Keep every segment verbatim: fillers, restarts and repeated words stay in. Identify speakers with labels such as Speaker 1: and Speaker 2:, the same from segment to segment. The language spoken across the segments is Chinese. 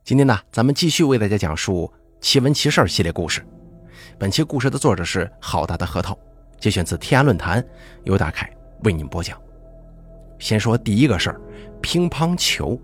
Speaker 1: 今天呢，咱们继续为大家讲述奇闻奇事系列故事。本期故事的作者是好大的核桃，节选自天涯论坛，由大凯为您播讲。先说第一个事儿，乒乓球。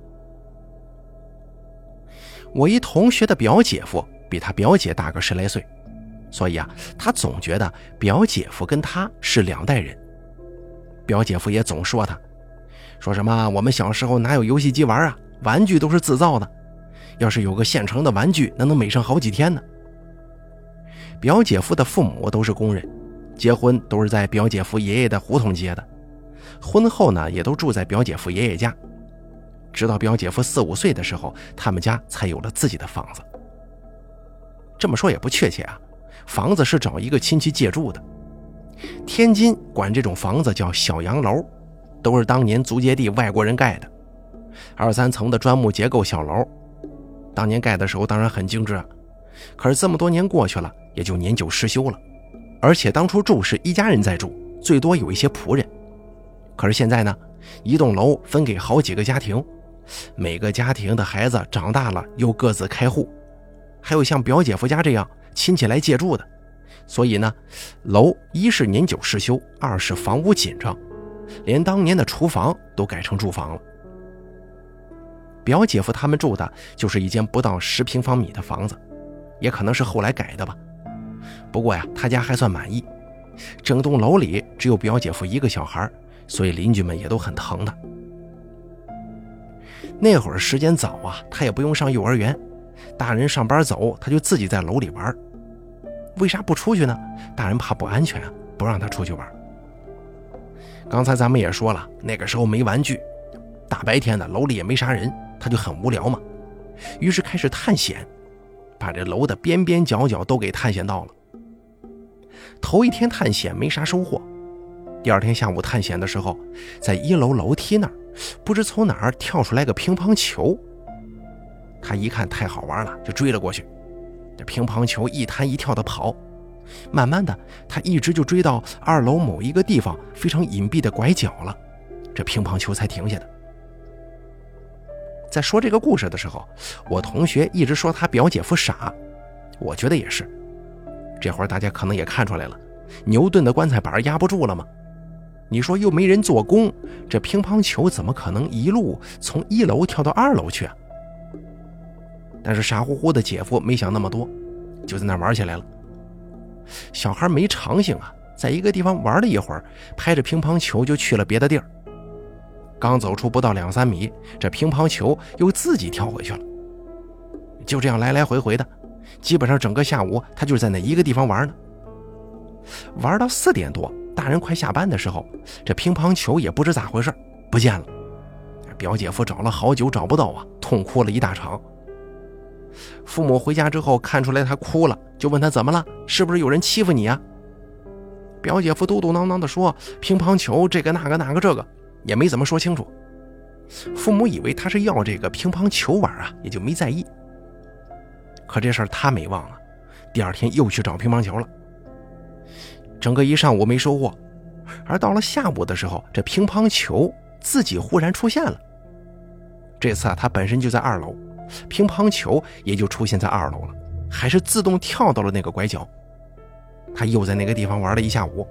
Speaker 1: 我一同学的表姐夫比他表姐大个十来岁，所以啊，他总觉得表姐夫跟他是两代人。表姐夫也总说他，说什么我们小时候哪有游戏机玩啊，玩具都是自造的，要是有个现成的玩具，那能美上好几天呢。表姐夫的父母都是工人，结婚都是在表姐夫爷爷的胡同结的，婚后呢也都住在表姐夫爷爷家，直到表姐夫四五岁的时候，他们家才有了自己的房子。这么说也不确切啊，房子是找一个亲戚借住的。天津管这种房子叫小洋楼，都是当年租界地外国人盖的，二三层的砖木结构小楼。当年盖的时候当然很精致啊，可是这么多年过去了，也就年久失修了。而且当初住是一家人在住，最多有一些仆人。可是现在呢，一栋楼分给好几个家庭，每个家庭的孩子长大了又各自开户，还有像表姐夫家这样亲戚来借住的。所以呢，楼一是年久失修，二是房屋紧张，连当年的厨房都改成住房了。表姐夫他们住的就是一间不到十平方米的房子，也可能是后来改的吧。不过呀，他家还算满意，整栋楼里只有表姐夫一个小孩，所以邻居们也都很疼他。那会儿时间早啊，他也不用上幼儿园，大人上班走，他就自己在楼里玩。为啥不出去呢？大人怕不安全啊，不让他出去玩。刚才咱们也说了，那个时候没玩具，大白天的楼里也没啥人，他就很无聊嘛，于是开始探险，把这楼的边边角角都给探险到了。头一天探险没啥收获，第二天下午探险的时候，在一楼楼梯那儿，不知从哪儿跳出来个乒乓球。他一看太好玩了，就追了过去。这乒乓球一弹一跳的跑，慢慢的他一直就追到二楼某一个地方非常隐蔽的拐角了，这乒乓球才停下的。在说这个故事的时候，我同学一直说他表姐夫傻，我觉得也是。这会儿大家可能也看出来了，牛顿的棺材板压不住了吗？你说又没人做工，这乒乓球怎么可能一路从一楼跳到二楼去啊？但是傻乎乎的姐夫没想那么多，就在那玩起来了。小孩没长性啊，在一个地方玩了一会儿，拍着乒乓球就去了别的地儿。刚走出不到两三米，这乒乓球又自己跳回去了。就这样来来回回的，基本上整个下午他就在那一个地方玩呢。玩到四点多，大人快下班的时候，这乒乓球也不知咋回事不见了。表姐夫找了好久找不到啊，痛哭了一大场。父母回家之后看出来他哭了，就问他怎么了，是不是有人欺负你啊？表姐夫嘟嘟囔囔地说乒乓球这个那个那个这个，也没怎么说清楚。父母以为他是要这个乒乓球玩啊，也就没在意。可这事儿他没忘了，第二天又去找乒乓球了。整个一上午没收获，而到了下午的时候，这乒乓球自己忽然出现了。这次啊，他本身就在二楼，乒乓球也就出现在二楼了，还是自动跳到了那个拐角。他又在那个地方玩了一下午，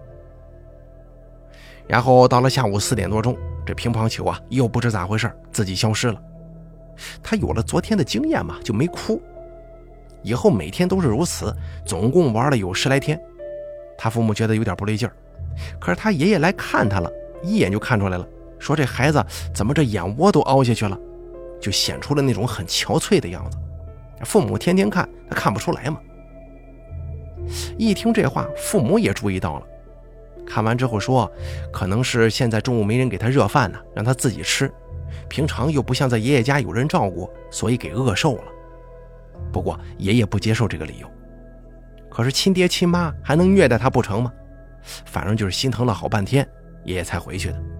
Speaker 1: 然后到了下午四点多钟，这乒乓球啊又不知咋回事自己消失了。他有了昨天的经验嘛，就没哭。以后每天都是如此，总共玩了有十来天。他父母觉得有点不对劲儿，可是他爷爷来看他了，一眼就看出来了，说这孩子怎么这眼窝都凹下去了，就显出了那种很憔悴的样子。父母天天看，他看不出来嘛。一听这话，父母也注意到了，看完之后说，可能是现在中午没人给他热饭呢，让他自己吃，平常又不像在爷爷家有人照顾，所以给饿瘦了。不过爷爷不接受这个理由，可是亲爹亲妈还能虐待他不成吗？反正就是心疼了好半天，爷爷才回去的。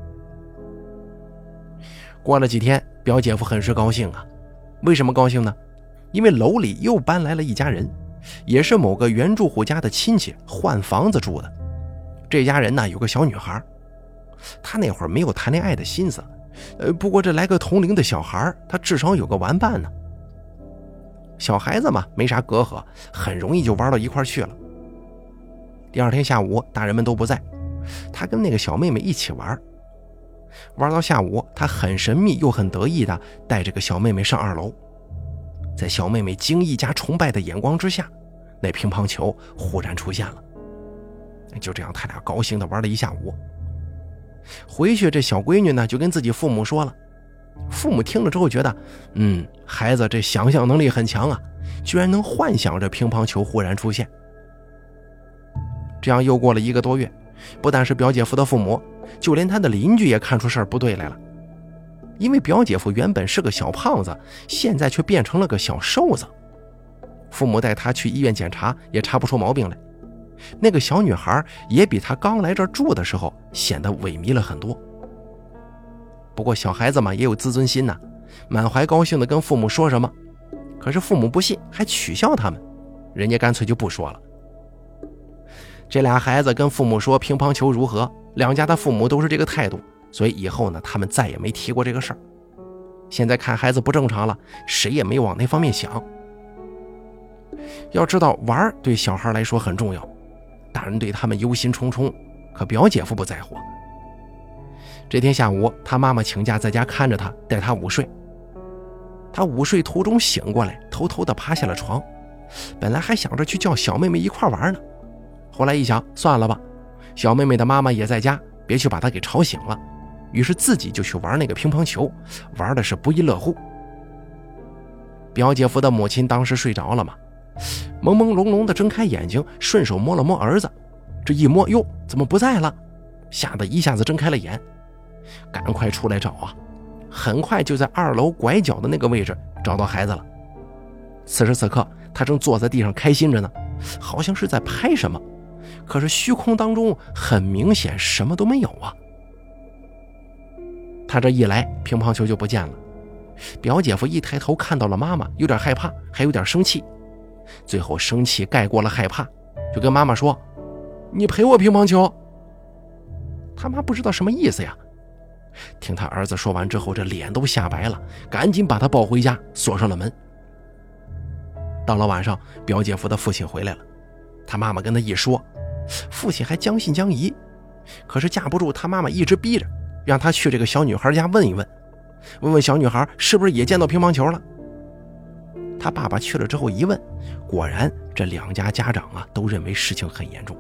Speaker 1: 过了几天，表姐夫很是高兴啊。为什么高兴呢？因为楼里又搬来了一家人，也是某个原住户家的亲戚换房子住的。这家人呢有个小女孩，他那会儿没有谈恋爱的心思，呃，不过这来个同龄的小孩，他至少有个玩伴呢。 小孩子嘛，没啥隔阂，很容易就玩到一块去了。第二天下午，大人们都不在，他跟那个小妹妹一起玩。玩到下午，他很神秘又很得意地带这个小妹妹上二楼。在小妹妹惊异加崇拜的眼光之下，那乒乓球忽然出现了。就这样，他俩高兴地玩了一下午。回去，这小闺女呢就跟自己父母说了。父母听了之后觉得，嗯，孩子这想象能力很强啊，居然能幻想着乒乓球忽然出现。这样又过了一个多月，不但是表姐夫的父母，就连他的邻居也看出事儿不对来了。因为表姐夫原本是个小胖子，现在却变成了个小瘦子。父母带他去医院检查，也查不出毛病来。那个小女孩也比他刚来这儿住的时候显得萎靡了很多。不过小孩子嘛，也有自尊心呐、啊，满怀高兴地跟父母说什么，可是父母不信，还取笑他们，人家干脆就不说了。这俩孩子跟父母说乒乓球如何，两家的父母都是这个态度，所以以后呢，他们再也没提过这个事儿。现在看孩子不正常了，谁也没往那方面想。要知道，玩对小孩来说很重要，大人对他们忧心忡忡，可表姐夫不在乎。这天下午，他妈妈请假在家看着他，带他午睡。他午睡途中醒过来，偷偷地爬下了床，本来还想着去叫小妹妹一块玩呢，后来一想，算了吧，小妹妹的妈妈也在家，别去把她给吵醒了，于是自己就去玩那个乒乓球，玩的是不亦乐乎。表姐夫的母亲当时睡着了嘛，朦朦胧胧地睁开眼睛，顺手摸了摸儿子，这一摸，哟，怎么不在了？吓得一下子睁开了眼，赶快出来找啊！很快就在二楼拐角的那个位置找到孩子了。此时此刻，他正坐在地上开心着呢，好像是在拍什么，可是虚空当中很明显什么都没有啊。他这一来，乒乓球就不见了。表姐夫一抬头看到了妈妈，有点害怕，还有点生气，最后生气盖过了害怕，就跟妈妈说：“你赔我乒乓球。”他妈不知道什么意思呀。听他儿子说完之后，这脸都吓白了，赶紧把他抱回家，锁上了门。到了晚上，表姐夫的父亲回来了，他妈妈跟他一说，父亲还将信将疑，可是架不住他妈妈一直逼着，让他去这个小女孩家问一问，问问小女孩是不是也见到乒乓球了。他爸爸去了之后一问，果然这两家家长啊都认为事情很严重。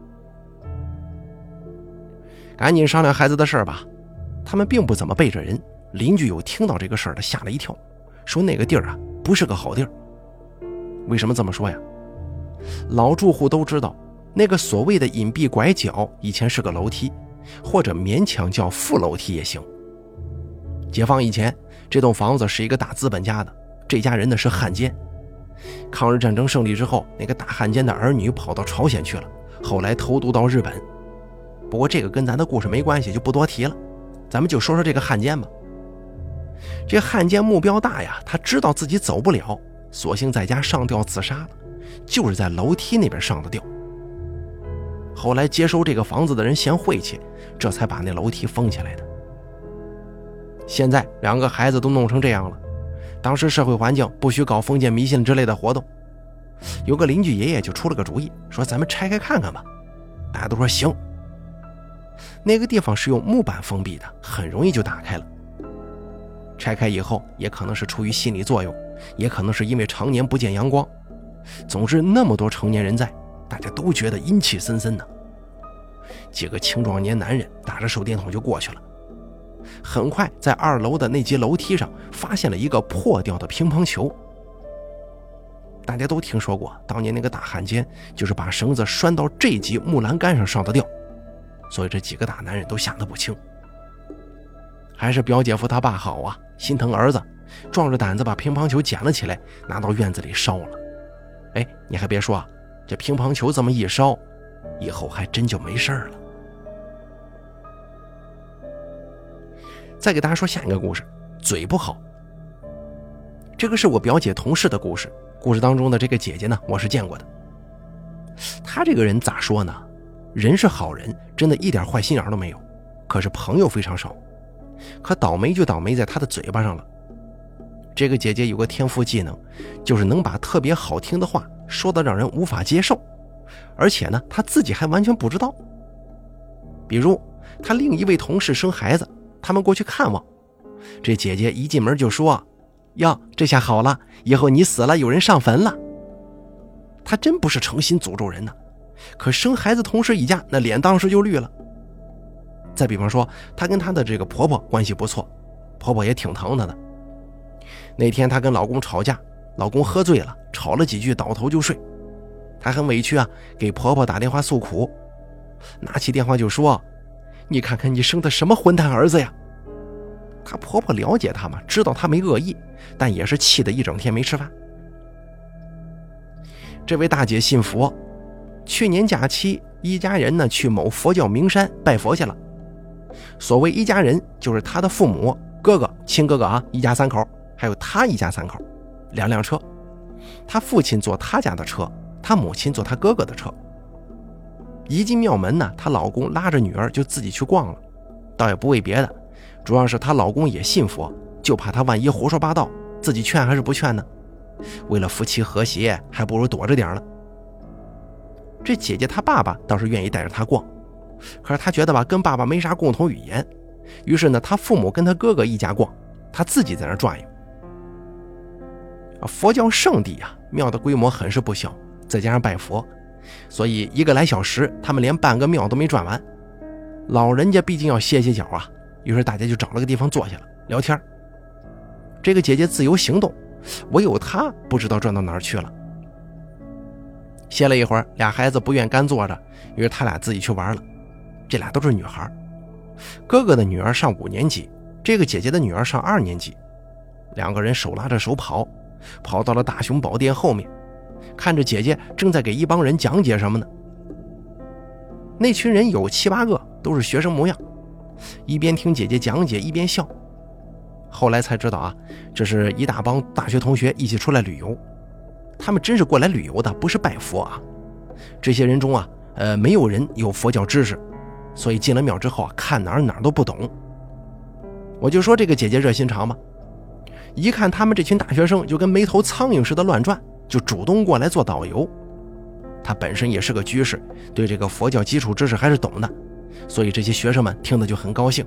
Speaker 1: 赶紧商量孩子的事儿吧。他们并不怎么背着人，邻居有听到这个事儿的吓了一跳，说那个地儿啊不是个好地儿。为什么这么说呀？老住户都知道，那个所谓的隐蔽拐角以前是个楼梯，或者勉强叫副楼梯也行。解放以前，这栋房子是一个大资本家的，这家人呢是汉奸。抗日战争胜利之后，那个大汉奸的儿女跑到朝鲜去了，后来偷渡到日本。不过这个跟咱的故事没关系，就不多提了。咱们就说说这个汉奸吧。这汉奸目标大呀，他知道自己走不了，索性在家上吊自杀了，就是在楼梯那边上的吊。后来接收这个房子的人嫌晦气，这才把那楼梯封起来的。现在两个孩子都弄成这样了，当时社会环境不许搞封建迷信之类的活动，有个邻居爷爷就出了个主意，说咱们拆开看看吧。大家都说行。那个地方是用木板封闭的，很容易就打开了。拆开以后，也可能是出于心理作用，也可能是因为常年不见阳光，总之那么多成年人在，大家都觉得阴气森森的。几个青壮年男人打着手电筒就过去了，很快在二楼的那级楼梯上发现了一个破掉的乒乓球。大家都听说过，当年那个大汉奸就是把绳子拴到这级木栏杆上上的吊，所以这几个大男人都吓得不轻。还是表姐夫他爸好啊，心疼儿子，壮着胆子把乒乓球捡了起来，拿到院子里烧了。哎，你还别说啊，这乒乓球这么一烧，以后还真就没事了。再给大家说下一个故事，嘴不好。这个是我表姐同事的故事，故事当中的这个姐姐呢，我是见过的。她这个人咋说呢？人是好人，真的一点坏心眼都没有，可是朋友非常少。可倒霉就倒霉在她的嘴巴上了。 这个姐姐有个天赋技能，就是能把特别好听的话说得让人无法接受，而且呢，她自己还完全不知道。比如她另一位同事生孩子，他们过去看望，这姐姐一进门就说：哟，这下好了，以后你死了有人上坟了。她真不是诚心诅咒人呢，可生孩子同事一家那脸当时就绿了。再比方说，她跟她的这个婆婆关系不错，婆婆也挺疼她的。那天她跟老公吵架，老公喝醉了，吵了几句倒头就睡。她很委屈啊，给婆婆打电话诉苦，拿起电话就说：你看看你生的什么混蛋儿子呀。她婆婆了解她嘛，知道她没恶意，但也是气得一整天没吃饭。这位大姐信佛，去年假期一家人呢去某佛教名山拜佛去了。所谓一家人，就是她的父母、哥哥、亲哥哥啊，一家三口，还有她一家三口，两辆车。她父亲坐她家的车，她母亲坐她哥哥的车。一进庙门呢，她老公拉着女儿就自己去逛了，倒也不为别的，主要是她老公也信佛，就怕她万一胡说八道，自己劝还是不劝呢？为了夫妻和谐，还不如躲着点了。这姐姐她爸爸倒是愿意带着她逛，可是她觉得吧，跟爸爸没啥共同语言，于是呢，她父母跟她哥哥一家逛，她自己在那转悠。佛教圣地啊，庙的规模很是不小，再加上拜佛，所以一个来小时他们连半个庙都没转完。老人家毕竟要歇歇脚啊，于是大家就找了个地方坐下了聊天。这个姐姐自由行动，唯有她不知道转到哪儿去了。歇了一会儿，俩孩子不愿干坐着，于是他俩自己去玩了。这俩都是女孩，哥哥的女儿上五年级，这个姐姐的女儿上二年级。两个人手拉着手跑，跑到了大雄宝殿后面，看着姐姐正在给一帮人讲解什么呢。那群人有七八个，都是学生模样，一边听姐姐讲解一边笑。后来才知道啊，这是一大帮大学同学一起出来旅游，他们真是过来旅游的，不是拜佛啊。这些人中啊，呃，没有人有佛教知识，所以进了庙之后啊，看哪儿哪儿都不懂。我就说这个姐姐热心肠嘛，一看他们这群大学生就跟没头苍蝇似的乱转，就主动过来做导游。她本身也是个居士，对这个佛教基础知识还是懂的，所以这些学生们听得就很高兴。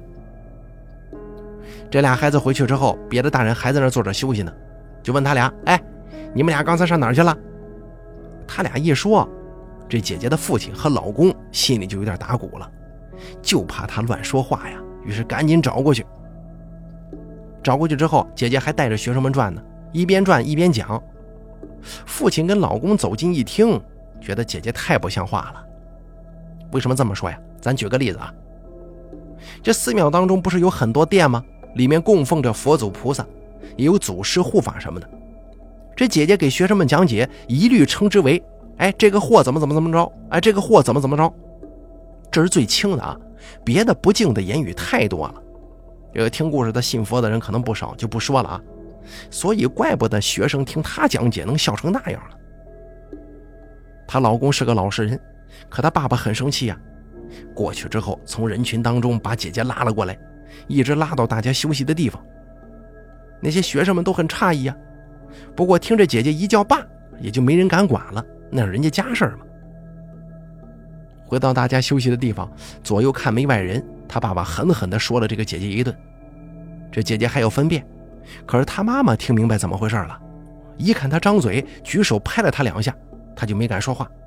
Speaker 1: 这俩孩子回去之后，别的大人还在那坐着休息呢，就问他俩：哎，你们俩刚才上哪儿去了？他俩一说，这姐姐的父亲和老公心里就有点打鼓了，就怕他乱说话呀，于是赶紧找过去。找过去之后，姐姐还带着学生们转呢，一边转一边讲。父亲跟老公走近一听，觉得姐姐太不像话了。为什么这么说呀？咱举个例子啊，这寺庙当中不是有很多殿吗？里面供奉着佛祖菩萨，也有祖师护法什么的。这姐姐给学生们讲解，一律称之为哎，这个货怎么怎么怎么着，哎，这个货怎么怎么着，这是最轻的啊，别的不敬的言语太多了。这个听故事的信佛的人可能不少，就不说了啊。所以怪不得学生听她讲解能笑成那样了。她老公是个老实人，可她爸爸很生气啊。过去之后，从人群当中把姐姐拉了过来，一直拉到大家休息的地方。那些学生们都很诧异啊，不过听着姐姐一叫爸，也就没人敢管了，那是人家家事嘛。回到大家休息的地方，左右看没外人，他爸爸狠狠地说了这个姐姐一顿。这姐姐还有分辨，可是他妈妈听明白怎么回事了，一看他张嘴举手拍了他两下，他就没敢说话。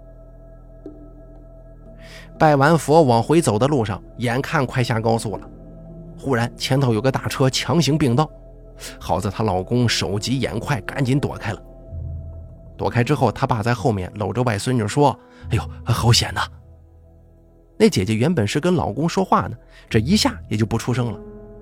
Speaker 1: 拜完佛往回走的路上，眼看快下高速了，忽然前头有个大车强行并道，好在她老公手疾眼快，赶紧躲开了。躲开之后，他爸在后面搂着外孙女说：哎呦，好险呐！那姐姐原本是跟老公说话呢，这一下也就不出声了。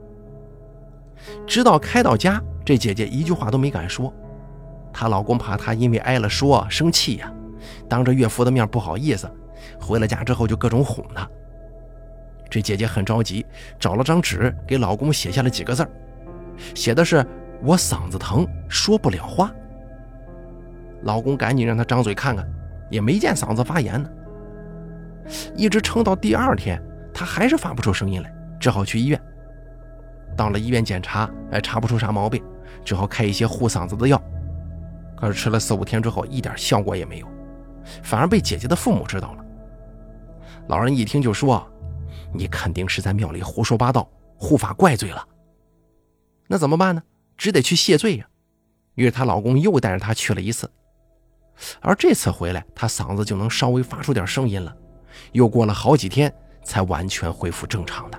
Speaker 1: 直到开到家，这姐姐一句话都没敢说，她老公怕她因为挨了说生气呀、啊，当着岳父的面不好意思，回了家之后就各种哄她。这姐姐很着急，找了张纸给老公写下了几个字，写的是我嗓子疼说不了话。老公赶紧让她张嘴看看，也没见嗓子发炎呢。一直撑到第二天，她还是发不出声音来，只好去医院。到了医院检查，哎，查不出啥毛病， 只好开一些护嗓子的药。可是吃了四五天之后，一点效果也没有，反而被姐姐的父母知道了。老人一听就说：“你肯定是在庙里胡说八道，护法怪罪了。”那怎么办呢？只得去谢罪呀。于是她老公又带着她去了一次，而这次回来，她嗓子就能稍微发出点声音了。又过了好几天，才完全恢复正常的。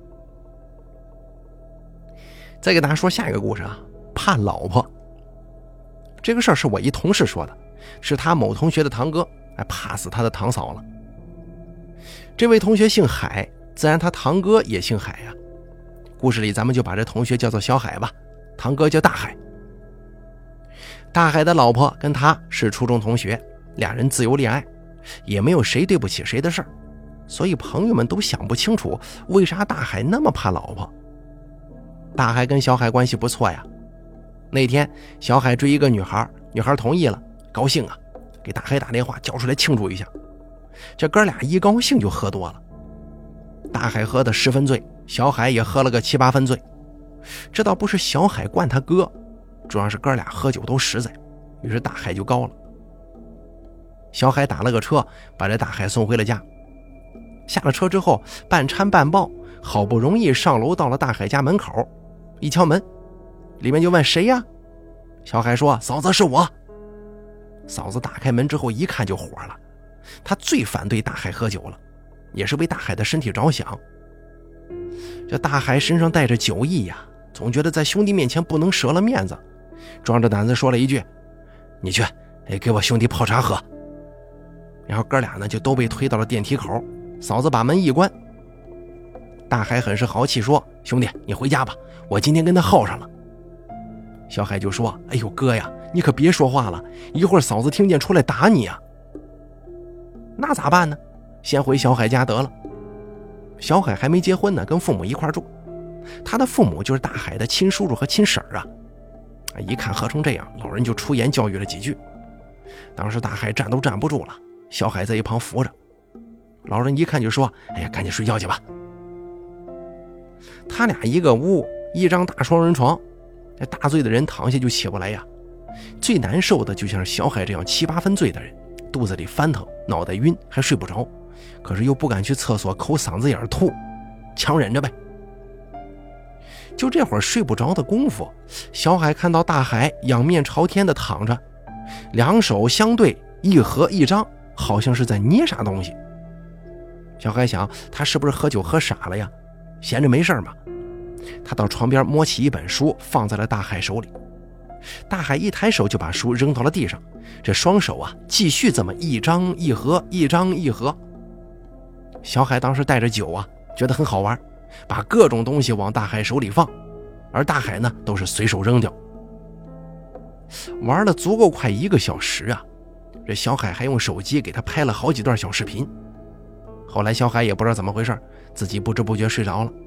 Speaker 1: 再给大家说下一个故事啊，怕老婆。这个事儿是我一同事说的，是他某同学的堂哥，哎，怕死他的堂嫂了。这位同学姓海，自然他堂哥也姓海呀、啊。故事里咱们就把这同学叫做小海吧，堂哥叫大海。大海的老婆跟他是初中同学，俩人自由恋爱，也没有谁对不起谁的事儿，所以朋友们都想不清楚为啥大海那么怕老婆。大海跟小海关系不错呀，那天小海追一个女孩，女孩同意了，高兴啊，给大海打电话叫出来庆祝一下。这哥俩一高兴就喝多了，大海喝得十分醉，小海也喝了个七八分醉。这倒不是小海惯他哥，主要是哥俩喝酒都实在，于是大海就高了。小海打了个车，把这大海送回了家。下了车之后，半搀半抱，好不容易上楼到了大海家门口，一敲门，里面就问谁呀？小海说：“嫂子，是我。”嫂子打开门之后一看就火了，她最反对大海喝酒了，也是为大海的身体着想。这大海身上带着酒意呀，总觉得在兄弟面前不能折了面子，壮着胆子说了一句：“你去，给我兄弟泡茶喝。”然后哥俩呢就都被推到了电梯口，嫂子把门一关。大海很是豪气说：“兄弟，你回家吧，我今天跟他耗上了。”小海就说：“哎呦哥呀，你可别说话了，一会儿嫂子听见出来打你呀。”那咋办呢？先回小海家得了。小海还没结婚呢，跟父母一块住，他的父母就是大海的亲叔叔和亲婶儿啊。一看喝成这样，老人就出言教育了几句。当时大海站都站不住了，小海在一旁扶着。老人一看就说：“哎呀，赶紧睡觉去吧。”他俩一个屋，一张大双人床，这大醉的人躺下就起不来呀。最难受的就像是小海这样七八分醉的人，肚子里翻腾，脑袋晕，还睡不着，可是又不敢去厕所抠嗓子眼吐，强忍着呗。就这会儿睡不着的功夫，小海看到大海仰面朝天的躺着，两手相对，一合一张，好像是在捏啥东西。小海想，他是不是喝酒喝傻了呀？闲着没事嘛。他到床边摸起一本书，放在了大海手里。大海一抬手就把书扔到了地上，这双手啊继续这么一张一合，一张一合。小海当时带着酒啊，觉得很好玩，把各种东西往大海手里放，而大海呢都是随手扔掉。玩了足够快一个小时啊，这小海还用手机给他拍了好几段小视频。后来小海也不知道怎么回事，自己不知不觉睡着了。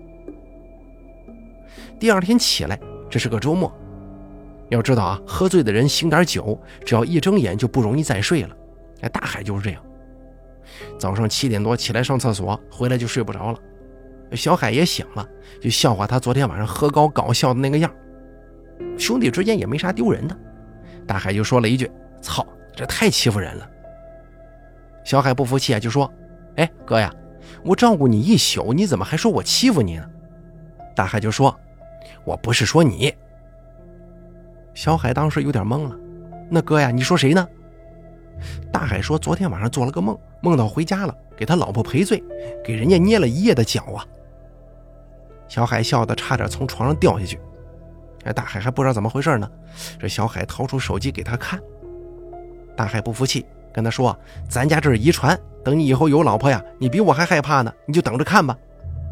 Speaker 1: 第二天起来，这是个周末。要知道啊，喝醉的人醒点酒，只要一睁眼就不容易再睡了。哎，大海就是这样。早上七点多起来上厕所，回来就睡不着了。小海也醒了，就笑话他昨天晚上喝高搞笑的那个样。兄弟之间也没啥丢人的。大海就说了一句：“操，这太欺负人了。”小海不服气啊，就说：“哎，哥呀，我照顾你一宿，你怎么还说我欺负你呢？”大海就说：“我不是说你。”小海当时有点懵了，那哥呀，你说谁呢？大海说：“昨天晚上做了个梦，梦到回家了，给他老婆赔罪，给人家捏了一夜的脚啊。”小海笑得差点从床上掉下去。哎，大海还不知道怎么回事呢，这小海掏出手机给他看。大海不服气，跟他说：“咱家这是遗传，等你以后有老婆呀，你比我还害怕呢，你就等着看吧。”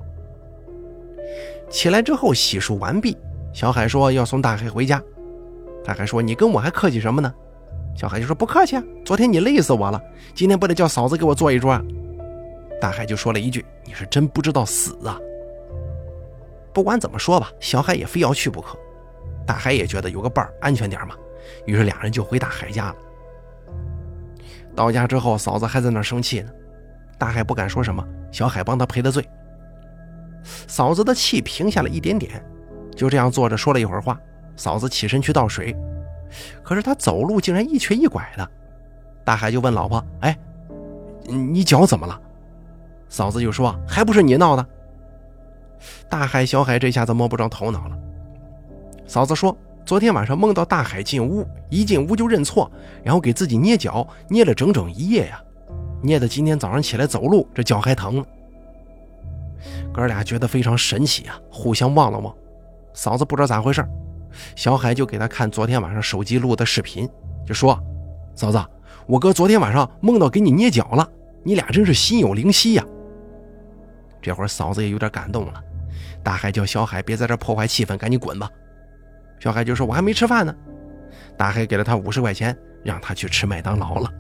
Speaker 1: 起来之后洗漱完毕，小海说要送大海回家。大海说：“你跟我还客气什么呢？”小海就说：“不客气啊，昨天你累死我了，今天不得叫嫂子给我做一桌啊。”大海就说了一句：“你是真不知道死啊。”不管怎么说吧，小海也非要去不可。大海也觉得有个伴儿安全点嘛，于是俩人就回大海家了。到家之后，嫂子还在那儿生气呢，大海不敢说什么，小海帮他赔的罪。嫂子的气平下了一点点，就这样坐着说了一会儿话， 嫂子起身去倒水，可是他走路竟然一瘸一拐的。大海就问老婆：哎，你脚怎么了？嫂子就说：还不是你闹的。大海小海这下子摸不着头脑了。嫂子说昨天晚上梦到大海进屋，一进屋就认错，然后给自己捏脚，捏了整整一夜呀，捏的今天早上起来走路这脚还疼呢。哥俩觉得非常神奇啊，互相望了望。嫂子不知道咋回事，小海就给他看昨天晚上手机录的视频，就说：嫂子，我哥昨天晚上梦到给你捏脚了，你俩真是心有灵犀呀。这会儿嫂子也有点感动了，大海叫小海别在这破坏气氛，赶紧滚吧。小海就说：我还没吃饭呢。大海给了他五十块钱，让他去吃麦当劳了。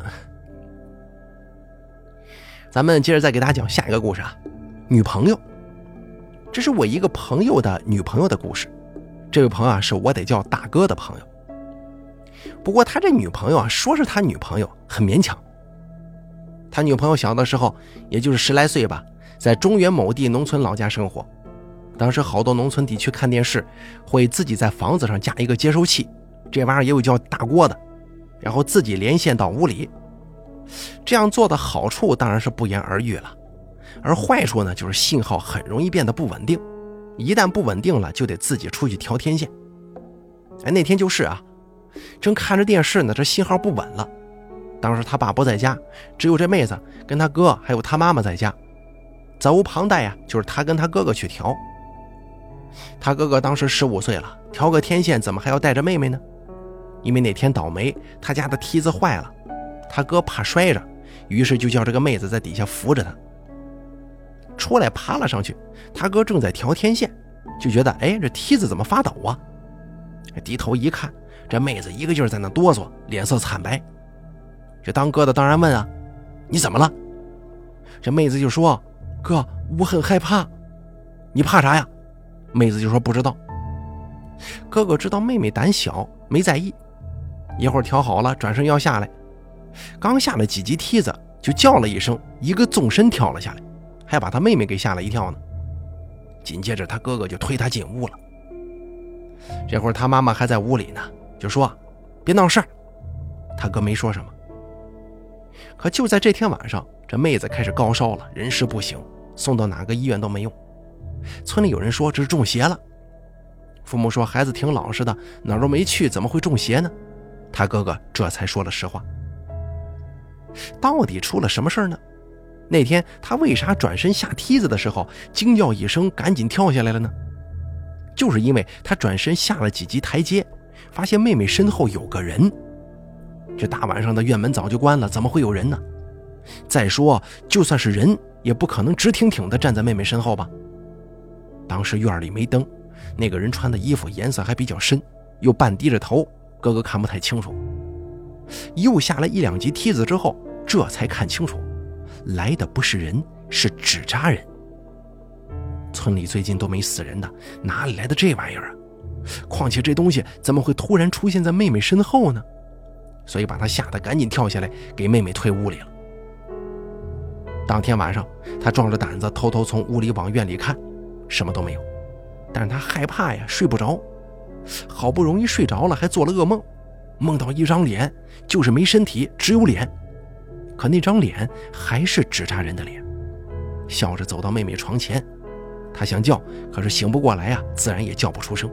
Speaker 1: 咱们接着再给大家讲下一个故事啊，女朋友。这是我一个朋友的女朋友的故事。这位朋友啊，是我得叫大哥的朋友。不过他这女朋友啊，说是他女朋友很勉强。他女朋友小的时候也就是十来岁吧，在中原某地农村老家生活。当时好多农村地区看电视会自己在房子上加一个接收器，这玩意儿也有叫大锅的，然后自己连线到屋里。这样做的好处当然是不言而喻了，而坏处呢，就是信号很容易变得不稳定，一旦不稳定了就得自己出去调天线。哎，那天就是啊，正看着电视呢，这信号不稳了。当时他爸不在家，只有这妹子跟他哥还有他妈妈在家，责无旁贷呀，就是他跟他哥哥去调。他哥哥当时十五岁了，调个天线怎么还要带着妹妹呢？因为那天倒霉，他家的梯子坏了，他哥怕摔着，于是就叫这个妹子在底下扶着他。出来爬了上去，他哥正在调天线，就觉得哎，这梯子怎么发抖啊？低头一看，这妹子一个劲儿在那哆嗦，脸色惨白。这当哥的当然问啊，你怎么了？这妹子就说，哥，我很害怕。你怕啥呀？妹子就说不知道。哥哥知道妹妹胆小，没在意。一会儿调好了，转身要下来，刚下了几级梯子，就叫了一声，一个纵身跳了下来，还把他妹妹给吓了一跳呢。紧接着他哥哥就推他进屋了。这会儿他妈妈还在屋里呢，就说别闹事儿。他哥没说什么。可就在这天晚上，这妹子开始高烧了，人事不省，送到哪个医院都没用。村里有人说这是中邪了，父母说孩子挺老实的，哪儿都没去，怎么会中邪呢？他哥哥这才说了实话。到底出了什么事呢？那天他为啥转身下梯子的时候惊叫一声赶紧跳下来了呢？就是因为他转身下了几级台阶，发现妹妹身后有个人。这大晚上的院门早就关了，怎么会有人呢？再说就算是人也不可能直挺挺地站在妹妹身后吧。当时院里没灯，那个人穿的衣服颜色还比较深，又半低着头，哥哥看不太清楚。又下了一两级梯子之后，这才看清楚，来的不是人，是纸扎人。村里最近都没死人的，哪里来的这玩意儿啊？况且这东西怎么会突然出现在妹妹身后呢？所以把他吓得赶紧跳下来，给妹妹推屋里了。当天晚上，他壮着胆子偷偷从屋里往院里看，什么都没有。但是他害怕呀，睡不着。好不容易睡着了，还做了噩梦，梦到一张脸，就是没身体，只有脸。可那张脸还是纸扎人的脸，笑着走到妹妹床前。他想叫，可是醒不过来呀，自然也叫不出声。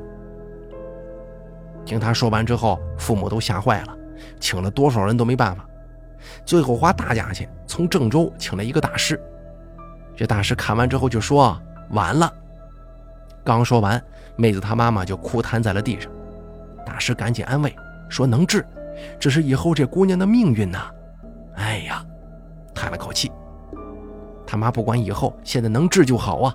Speaker 1: 听他说完之后，父母都吓坏了，请了多少人都没办法，最后花大价钱从郑州请了一个大师。这大师看完之后就说晚了。刚说完，妹子她妈妈就哭瘫在了地上。大师赶紧安慰说能治，只是以后这姑娘的命运呐。哎呀，叹了口气，他妈不管以后，现在能治就好啊。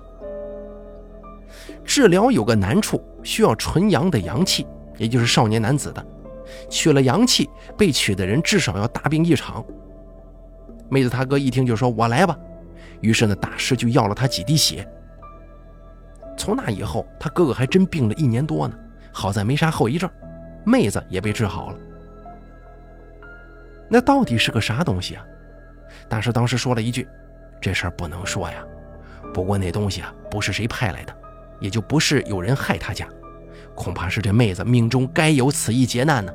Speaker 1: 治疗有个难处，需要纯阳的阳气，也就是少年男子的，取了阳气，被取的人至少要大病一场。妹子他哥一听就说我来吧，于是呢，大师就要了他几滴血。从那以后，他哥哥还真病了一年多呢，好在没啥后遗症，妹子也被治好了。那到底是个啥东西啊？大师当时说了一句，这事儿不能说呀，不过那东西啊不是谁派来的，也就不是有人害他家， 恐怕是这妹子命中该有此一劫难呢。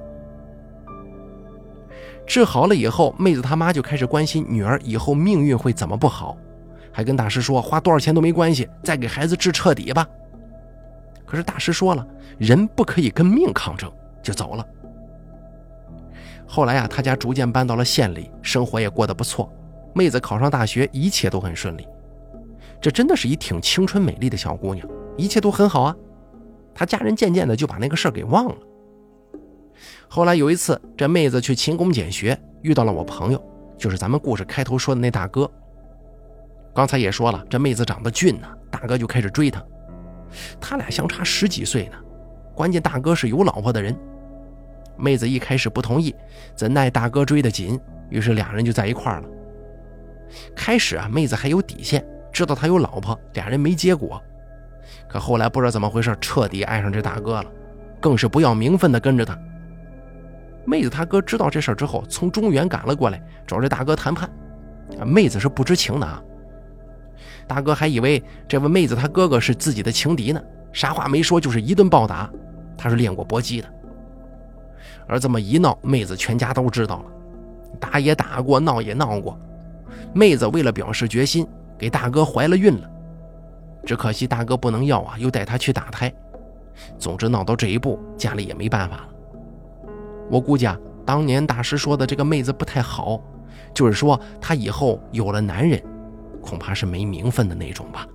Speaker 1: 治好了以后，妹子他妈就开始关心女儿以后命运会怎么不好，还跟大师说花多少钱都没关系，再给孩子治彻底吧。可是大师说了，人不可以跟命抗争，就走了。后来啊，他家逐渐搬到了县里，生活也过得不错，妹子考上大学，一切都很顺利。这真的是一挺青春美丽的小姑娘，一切都很好啊。她家人渐渐的就把那个事儿给忘了。后来有一次，这妹子去勤工俭学，遇到了我朋友，就是咱们故事开头说的那大哥。刚才也说了，这妹子长得俊呢，大哥就开始追她。他俩相差十几岁呢，关键大哥是有老婆的人。妹子一开始不同意，怎奈大哥追得紧，于是俩人就在一块儿了。开始啊，妹子还有底线，知道他有老婆，俩人没结果。可后来不知道怎么回事，彻底爱上这大哥了，更是不要名分的跟着他。妹子他哥知道这事儿之后，从中原赶了过来，找这大哥谈判。妹子是不知情的啊，大哥还以为这位妹子他哥哥是自己的情敌呢，啥话没说，就是一顿暴打。他是练过搏击的。而这么一闹，妹子全家都知道了，打也打过，闹也闹过。妹子为了表示决心，给大哥怀了孕了。只可惜大哥不能要啊，又带她去打胎。总之闹到这一步，家里也没办法了。我估计啊，当年大师说的这个妹子不太好，就是说她以后有了男人，恐怕是没名分的那种吧。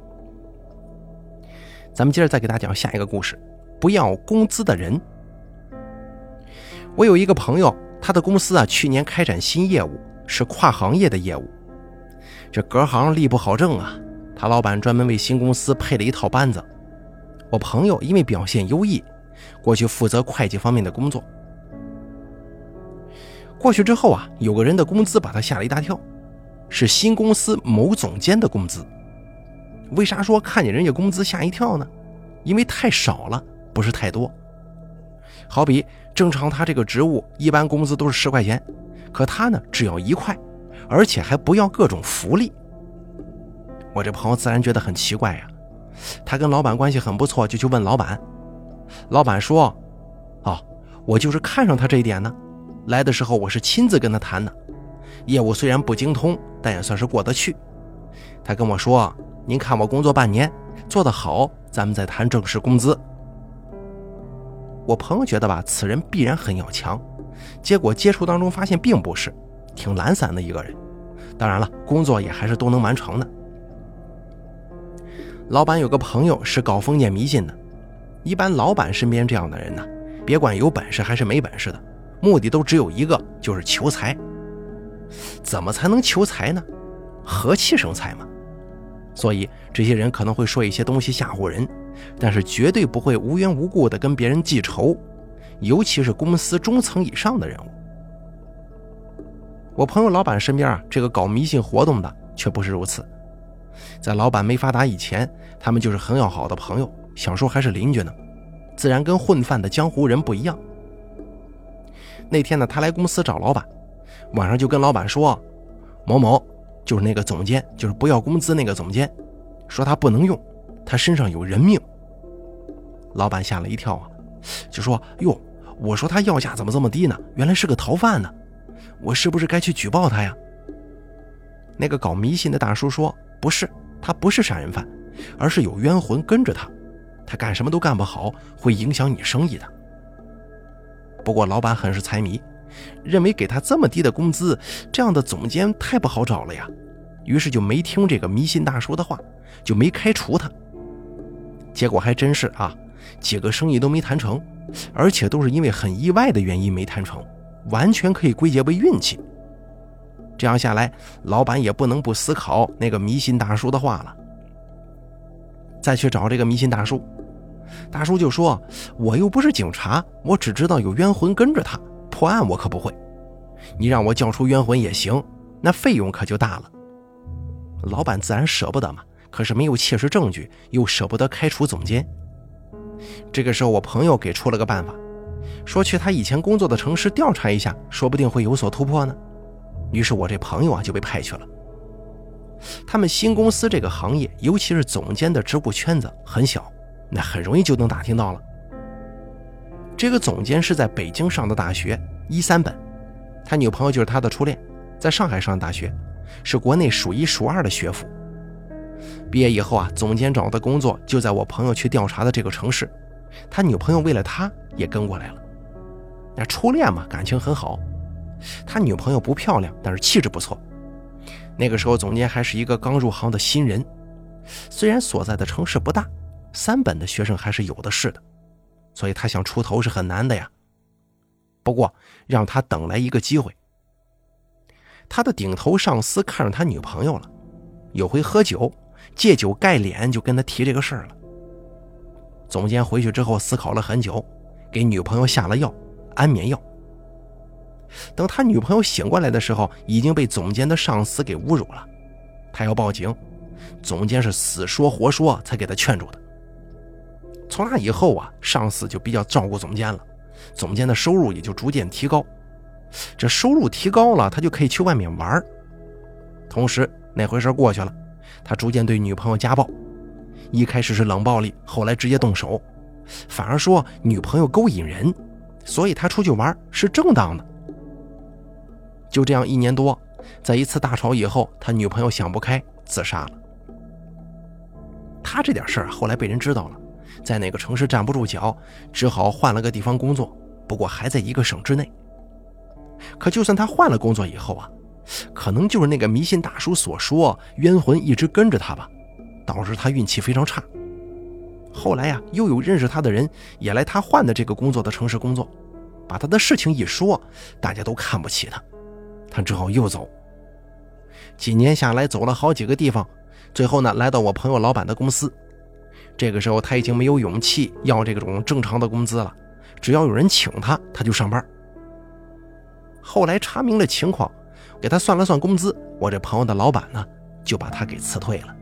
Speaker 1: 咱们接着再给大家讲下一个故事，不要工资的人。我有一个朋友，他的公司啊，去年开展新业务，是跨行业的业务。这隔行力不好挣啊，他老板专门为新公司配了一套班子。我朋友因为表现优异，过去负责会计方面的工作。过去之后啊，有个人的工资把他吓了一大跳，是新公司某总监的工资。为啥说看见人家工资吓一跳呢？因为太少了，不是太多。好比正常他这个职务一般工资都是十块钱，可他呢只要一块，而且还不要各种福利。我这朋友自然觉得很奇怪呀、啊，他跟老板关系很不错，就去问老板。老板说：哦，我就是看上他这一点呢，来的时候我是亲自跟他谈的，业务虽然不精通，但也算是过得去。他跟我说，您看我工作半年做得好，咱们再谈正式工资。我朋友觉得吧，此人必然很要强，结果接触当中发现并不是，挺懒散的一个人。当然了，工作也还是都能完成的。老板有个朋友是搞封建迷信的，一般老板身边这样的人呢，别管有本事还是没本事的，目的都只有一个，就是求财。怎么才能求财呢？和气生财嘛。所以这些人可能会说一些东西吓唬人，但是绝对不会无缘无故的跟别人记仇，尤其是公司中层以上的人物。我朋友老板身边啊，这个搞迷信活动的却不是如此。在老板没发达以前，他们就是很要好的朋友，想说还是邻居呢，自然跟混饭的江湖人不一样。那天呢，他来公司找老板，晚上就跟老板说，某某就是那个总监，就是不要工资那个总监，说他不能用，他身上有人命。老板吓了一跳啊，就说，哟，我说他要价怎么这么低呢？原来是个逃犯呢，我是不是该去举报他呀？那个搞迷信的大叔说，不是，他不是杀人犯，而是有冤魂跟着他，他干什么都干不好，会影响你生意的。不过老板很是财迷，认为给他这么低的工资，这样的总监太不好找了呀，于是就没听这个迷信大叔的话，就没开除他。结果还真是啊，几个生意都没谈成，而且都是因为很意外的原因没谈成，完全可以归结为运气。这样下来，老板也不能不思考那个迷信大叔的话了。再去找这个迷信大叔，大叔就说，我又不是警察，我只知道有冤魂跟着他，破案我可不会，你让我叫出冤魂也行，那费用可就大了。老板自然舍不得嘛，可是没有切实证据，又舍不得开除总监。这个时候我朋友给出了个办法，说去他以前工作的城市调查一下，说不定会有所突破呢。于是我这朋友啊就被派去了。他们新公司这个行业，尤其是总监的职务圈子很小，那很容易就能打听到了。 这个总监是在北京上的大学，一三本，他女朋友就是他的初恋，在上海上大学，是国内数一数二的学府。毕业以后啊，总监找的工作就在我朋友去调查的这个城市，他女朋友为了他也跟过来了。那初恋嘛，感情很好。他女朋友不漂亮，但是气质不错。那个时候总监还是一个刚入行的新人，虽然所在的城市不大，三本的学生还是有的是的，所以他想出头是很难的呀。不过让他等来一个机会。他的顶头上司看上他女朋友了，有回喝酒，借酒盖脸就跟他提这个事儿了。总监回去之后思考了很久，给女朋友下了药，安眠药。等他女朋友醒过来的时候，已经被总监的上司给侮辱了，他要报警，总监是死说活说才给他劝住的。从那以后啊，上司就比较照顾总监了，总监的收入也就逐渐提高。这收入提高了，他就可以去外面玩。同时那回事过去了，他逐渐对女朋友家暴，一开始是冷暴力，后来直接动手，反而说女朋友勾引人，所以他出去玩是正当的。就这样一年多，在一次大吵以后，他女朋友想不开自杀了。他这点事儿后来被人知道了，在那个城市站不住脚，只好换了个地方工作，不过还在一个省之内。可就算他换了工作以后啊，可能就是那个迷信大叔所说冤魂一直跟着他吧，导致他运气非常差。后来呀、啊，又有认识他的人也来他换的这个工作的城市工作，把他的事情一说，大家都看不起他，他只好又走。几年下来走了好几个地方，最后呢来到我朋友老板的公司。这个时候他已经没有勇气要这种正常的工资了，只要有人请他他就上班。后来查明了情况，给他算了算工资，我这朋友的老板呢就把他给辞退了。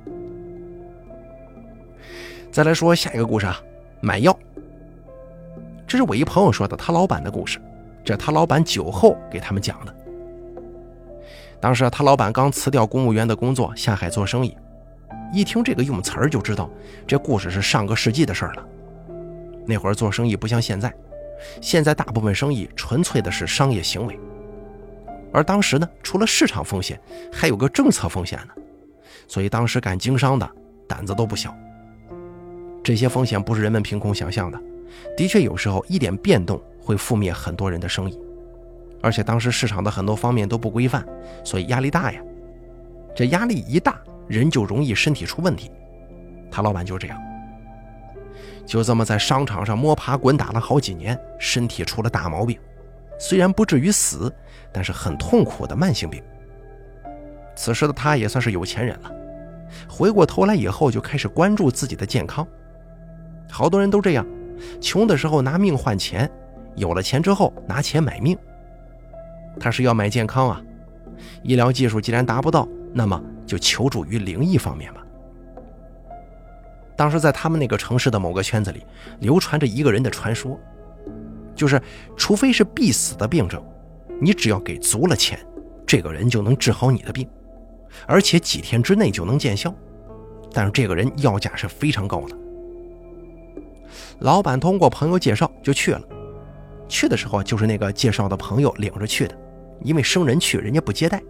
Speaker 1: 再来说下一个故事啊，买药。这是我一朋友说的他老板的故事，这他老板酒后给他们讲的。当时他老板刚辞掉公务员的工作，下海做生意。一听这个用词儿就知道这故事是上个世纪的事儿了。那会儿做生意不像现在，现在大部分生意纯粹的是商业行为，而当时呢，除了市场风险，还有个政策风险呢，所以当时干经商的胆子都不小。这些风险不是人们凭空想象的，的确有时候一点变动会覆灭很多人的生意。而且当时市场的很多方面都不规范，所以压力大呀。这压力一大，人就容易身体出问题。他老板就这样，就这么在商场上摸爬滚打了好几年，身体出了大毛病，虽然不至于死，但是很痛苦的慢性病。此时的他也算是有钱人了，回过头来以后就开始关注自己的健康。好多人都这样，穷的时候拿命换钱，有了钱之后拿钱买命。他是要买健康啊，医疗技术既然达不到，那么就求助于灵异方面吧。当时在他们那个城市的某个圈子里流传着一个人的传说，就是除非是必死的病症，你只要给足了钱，这个人就能治好你的病，而且几天之内就能见效。但是这个人要价是非常高的。老板通过朋友介绍就去了，去的时候就是那个介绍的朋友领着去的，因为生人去人家不接待。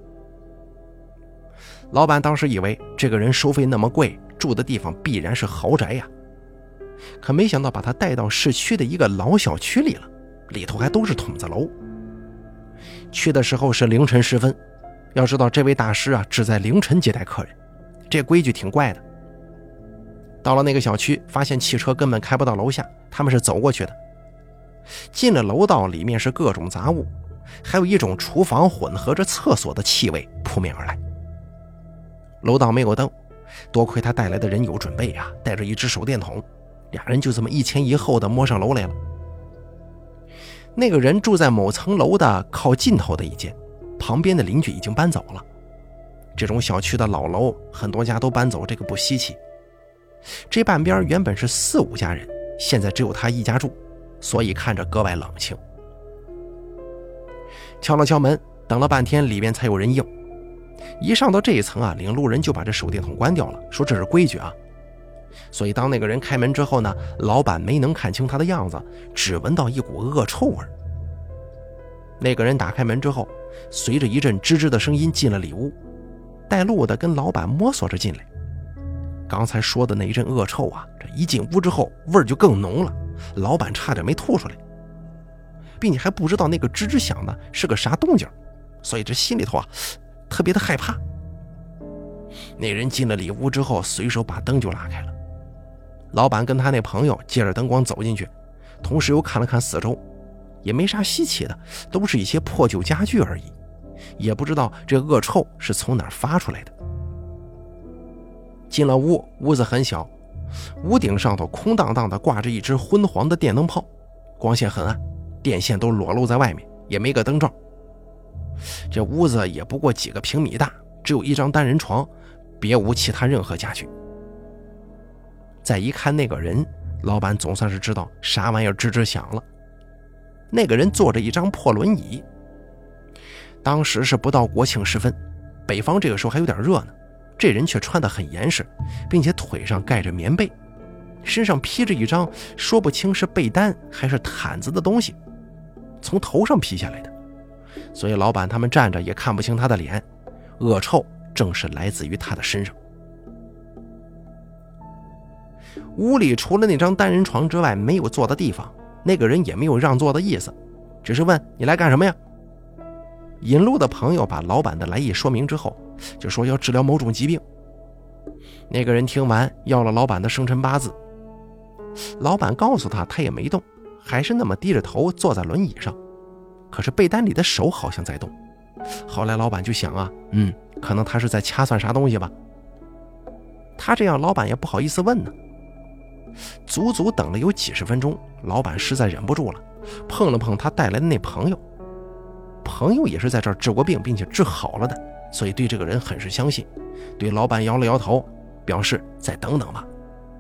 Speaker 1: 老板当时以为这个人收费那么贵，住的地方必然是豪宅呀，可没想到把他带到市区的一个老小区里了，里头还都是筒子楼。去的时候是凌晨时分，要知道这位大师啊只在凌晨接待客人，这规矩挺怪的。到了那个小区，发现汽车根本开不到楼下，他们是走过去的。进了楼道，里面是各种杂物，还有一种厨房混合着厕所的气味扑面而来。楼道没有灯，多亏他带来的人有准备啊，带着一只手电筒，俩人就这么一前一后的摸上楼来了。那个人住在某层楼的靠尽头的一间，旁边的邻居已经搬走了。这种小区的老楼很多家都搬走，这个不稀奇。这半边原本是四五家人，现在只有他一家住，所以看着格外冷清。敲了敲门，等了半天里面才有人应。一上到这一层啊，领路人就把这手电筒关掉了，说这是规矩啊。 所以当那个人开门之后呢，老板没能看清他的样子，只闻到一股恶臭味。那个人打开门之后，随着一阵吱吱的声音进了里屋，带路的跟老板摸索着进来。刚才说的那一阵恶臭啊，这一进屋之后味儿就更浓了，老板差点没吐出来，并且还不知道那个吱吱响的是个啥动静，所以这心里头啊特别的害怕。那人进了里屋之后，随手把灯就拉开了。老板跟他那朋友借着灯光走进去，同时又看了看四周，也没啥稀奇的，都是一些破旧家具而已，也不知道这恶臭是从哪儿发出来的。进了屋，屋子很小，屋顶上头空荡荡的挂着一只昏黄的电灯泡，光线很暗，电线都裸露在外面，也没个灯罩。这屋子也不过几个平米大，只有一张单人床，别无其他任何家具。再一看那个人，老板总算是知道啥玩意儿吱吱响了。那个人坐着一张破轮椅。当时是不到国庆时分，北方这个时候还有点热呢，这人却穿得很严实，并且腿上盖着棉被，身上披着一张说不清是被单还是毯子的东西，从头上披下来的，所以老板他们站着也看不清他的脸，恶臭正是来自于他的身上。屋里除了那张单人床之外没有坐的地方，那个人也没有让座的意思，只是问你来干什么呀？引路的朋友把老板的来意说明之后，就说要治疗某种疾病。那个人听完要了老板的生辰八字，老板告诉他，他也没动，还是那么低着头坐在轮椅上，可是被单里的手好像在动。后来老板就想啊，嗯，可能他是在掐算啥东西吧。他这样老板也不好意思问呢。足足等了有几十分钟，老板实在忍不住了，碰了碰他带来的那朋友。朋友也是在这儿治过病并且治好了的，所以对这个人很是相信，对老板摇了摇头，表示再等等吧。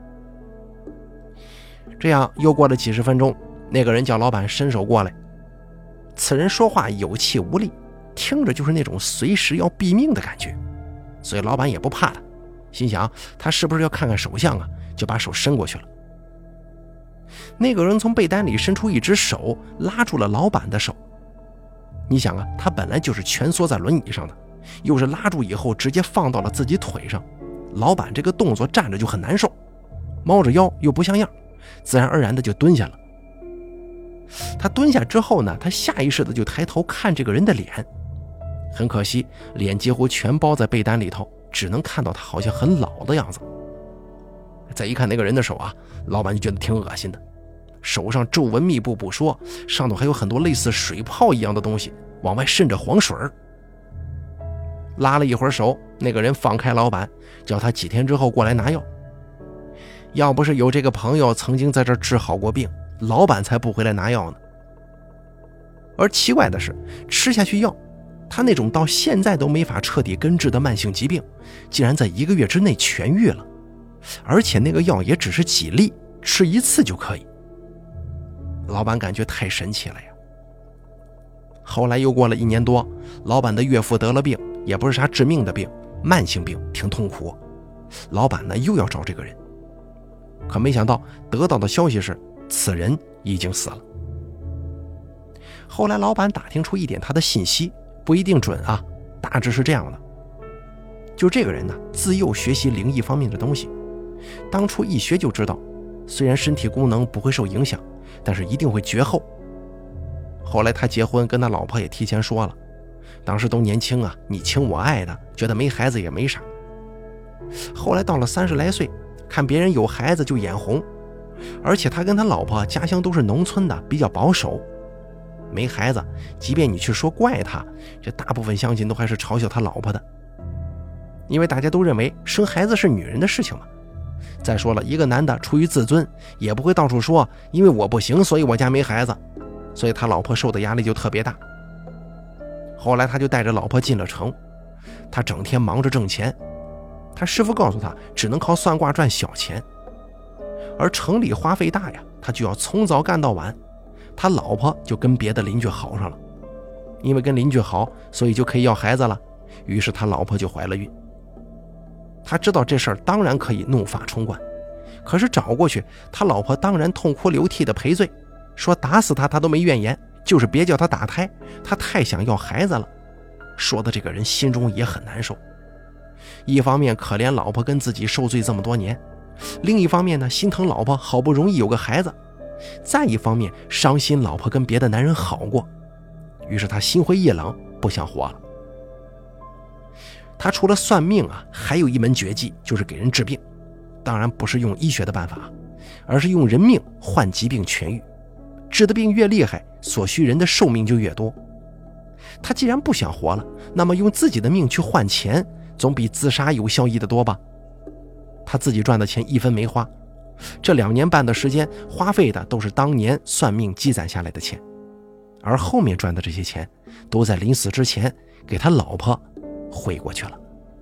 Speaker 1: 这样又过了几十分钟，那个人叫老板伸手过来。此人说话有气无力，听着就是那种随时要毙命的感觉，所以老板也不怕他，心想他是不是要看看手相啊，就把手伸过去了。那个人从被单里伸出一只手，拉住了老板的手。你想啊，他本来就是蜷缩在轮椅上的，又是拉住以后直接放到了自己腿上，老板这个动作站着就很难受，猫着腰又不像样，自然而然的就蹲下了。他蹲下之后呢，他下意识的就抬头看这个人的脸，很可惜脸几乎全包在被单里头，只能看到他好像很老的样子。再一看那个人的手啊，老板就觉得挺恶心的，手上皱纹密布不说，上头还有很多类似水泡一样的东西，往外渗着黄水。拉了一会儿手，那个人放开老板，叫他几天之后过来拿药。要不是有这个朋友曾经在这儿治好过病，老板才不回来拿药呢。而奇怪的是，吃下去药，他那种到现在都没法彻底根治的慢性疾病，竟然在一个月之内痊愈了，而且那个药也只是几粒，吃一次就可以。老板感觉太神奇了呀。后来又过了一年多，老板的岳父得了病，也不是啥致命的病，慢性病，挺痛苦。老板呢又要找这个人，可没想到得到的消息是此人已经死了。后来老板打听出一点他的信息，不一定准啊，大致是这样的。就这个人呢，自幼学习灵异方面的东西，当初一学就知道，虽然身体功能不会受影响，但是一定会绝后。后来他结婚跟他老婆也提前说了，当时都年轻啊，你情我爱的，觉得没孩子也没啥。后来到了三十来岁，看别人有孩子就眼红，而且他跟他老婆家乡都是农村的，比较保守，没孩子，即便你去说怪他，这大部分乡亲都还是嘲笑他老婆的，因为大家都认为生孩子是女人的事情嘛。再说了，一个男的出于自尊，也不会到处说因为我不行所以我家没孩子，所以他老婆受的压力就特别大。后来他就带着老婆进了城，他整天忙着挣钱，他师傅告诉他只能靠算卦赚小钱，而城里花费大呀，他就要从早干到晚。他老婆就跟别的邻居好上了，因为跟邻居好，所以就可以要孩子了，于是他老婆就怀了孕。他知道这事儿当然可以怒发冲冠， 可是找过去，他老婆当然痛哭流涕的赔罪，说打死他他都没怨言，就是别叫他打胎，他太想要孩子了。说的这个人心中也很难受，一方面可怜老婆跟自己受罪这么多年，另一方面呢，心疼老婆好不容易有个孩子，再一方面伤心老婆跟别的男人好过，于是他心灰意冷，不想活了。他除了算命啊，还有一门绝技，就是给人治病，当然不是用医学的办法，而是用人命换疾病痊愈，治的病越厉害，所需人的寿命就越多。他既然不想活了，那么用自己的命去换钱，总比自杀有效益的多吧。他自己赚的钱一分没花，这两年半的时间花费的都是当年算命积攒下来的钱，而后面赚的这些钱都在临死之前给他老婆汇过去了。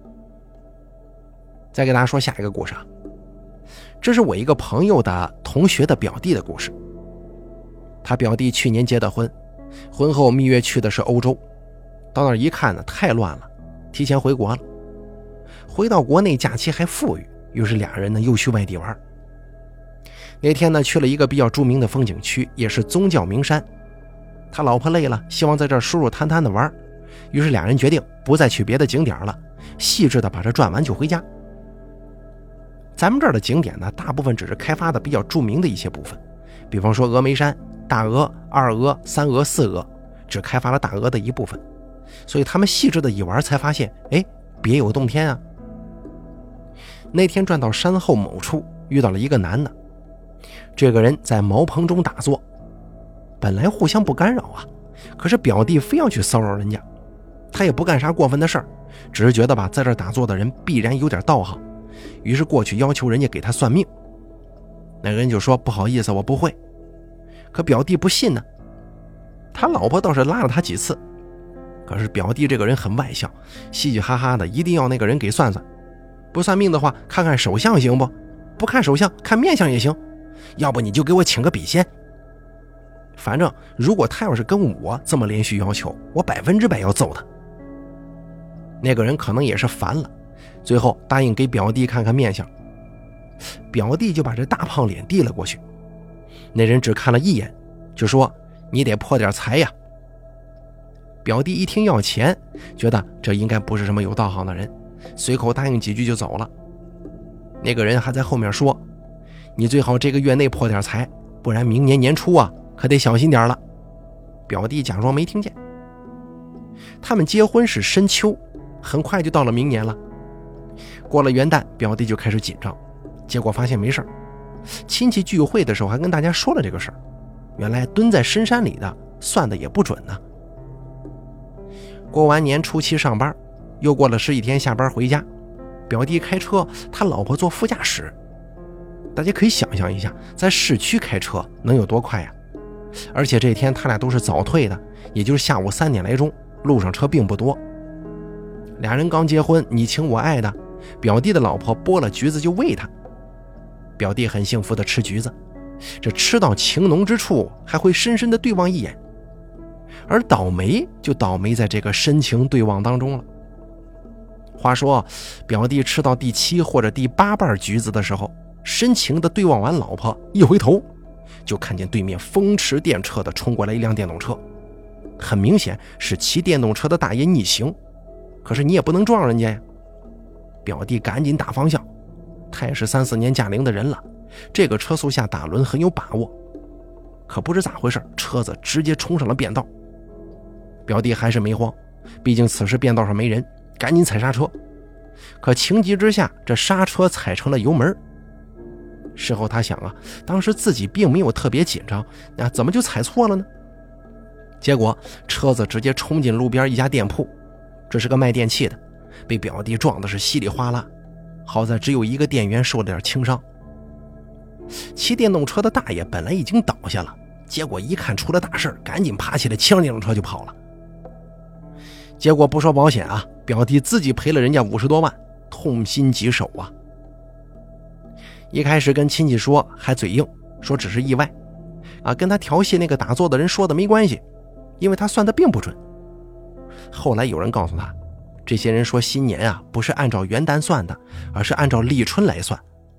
Speaker 1: 再给大家说下一个故事啊，这是我一个朋友的同学的表弟的故事。他表弟去年结的婚，婚后蜜月去的是欧洲，到那儿一看呢，太乱了，提前回国了。回到国内假期还富裕，于是俩人呢又去外地玩。那天呢去了一个比较著名的风景区，也是宗教名山。他老婆累了，希望在这儿舒舒坦坦的玩，于是俩人决定不再去别的景点了，细致的把这转完就回家。咱们这儿的景点呢，大部分只是开发的比较著名的一些部分，比方说峨眉山、大峨、二峨、三峨、四峨，只开发了大峨的一部分，所以他们细致的一玩才发现，哎，别有洞天啊。那天转到山后某处，遇到了一个男的，这个人在茅棚中打坐，本来互相不干扰啊，可是表弟非要去骚扰人家，他也不干啥过分的事儿，只是觉得吧，在这打坐的人必然有点道行，于是过去要求人家给他算命。那个人就说不好意思，我不会。可表弟不信呢，他老婆倒是拉了他几次，可是表弟这个人很外向，嘻嘻哈哈的，一定要那个人给算算，不算命的话看看手相行不？不看手相看面相也行，要不你就给我请个笔仙。反正如果他要是跟我这么连续要求，我百分之百要揍他。那个人可能也是烦了，最后答应给表弟看看面相。表弟就把这大胖脸递了过去，那人只看了一眼，就说你得破点财呀。表弟一听要钱，觉得这应该不是什么有道行的人，随口答应几句就走了。那个人还在后面说，你最好这个月内破点财，不然明年年初啊可得小心点了。表弟假装没听见。他们结婚是深秋，很快就到了明年了。过了元旦，表弟就开始紧张，结果发现没事儿。亲戚聚会的时候还跟大家说了这个事儿，原来蹲在深山里的算的也不准呢。过完年初七上班，又过了十几天下班回家，表弟开车，他老婆坐副驾驶。大家可以想象一下，在市区开车能有多快呀？而且这天他俩都是早退的，也就是下午三点来钟，路上车并不多。俩人刚结婚，你情我爱的，表弟的老婆剥了橘子就喂他，表弟很幸福的吃橘子，这吃到情浓之处还会深深的对望一眼，而倒霉就倒霉在这个深情对望当中了。话说表弟吃到第七或者第八瓣橘子的时候，深情的对望完老婆，一回头就看见对面风驰电掣的冲过来一辆电动车，很明显是骑电动车的大爷逆行，可是你也不能撞人家呀。表弟赶紧打方向，他也是三四年驾龄的人了，这个车速下打轮很有把握。可不知咋回事，车子直接冲上了便道。表弟还是没慌，毕竟此时便道上没人，赶紧踩刹车。可情急之下，这刹车踩成了油门。事后他想啊，当时自己并没有特别紧张，那怎么就踩错了呢？结果车子直接冲进路边一家店铺，这是个卖电器的，被表弟撞的是稀里哗啦，好在只有一个店员受了点轻伤。骑电动车的大爷本来已经倒下了，结果一看出了大事，赶紧爬起来骑上电动车就跑了。结果不说保险啊，表弟自己赔了人家五十多万，痛心疾首啊。一开始跟亲戚说还嘴硬，说只是意外啊，跟他调戏那个打坐的人说的没关系，因为他算的并不准。后来有人告诉他，这些人说新年啊不是按照元旦算的，而是按照立春来算。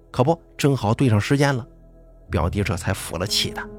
Speaker 1: 可不正好对上时间了，表弟这才服了气的。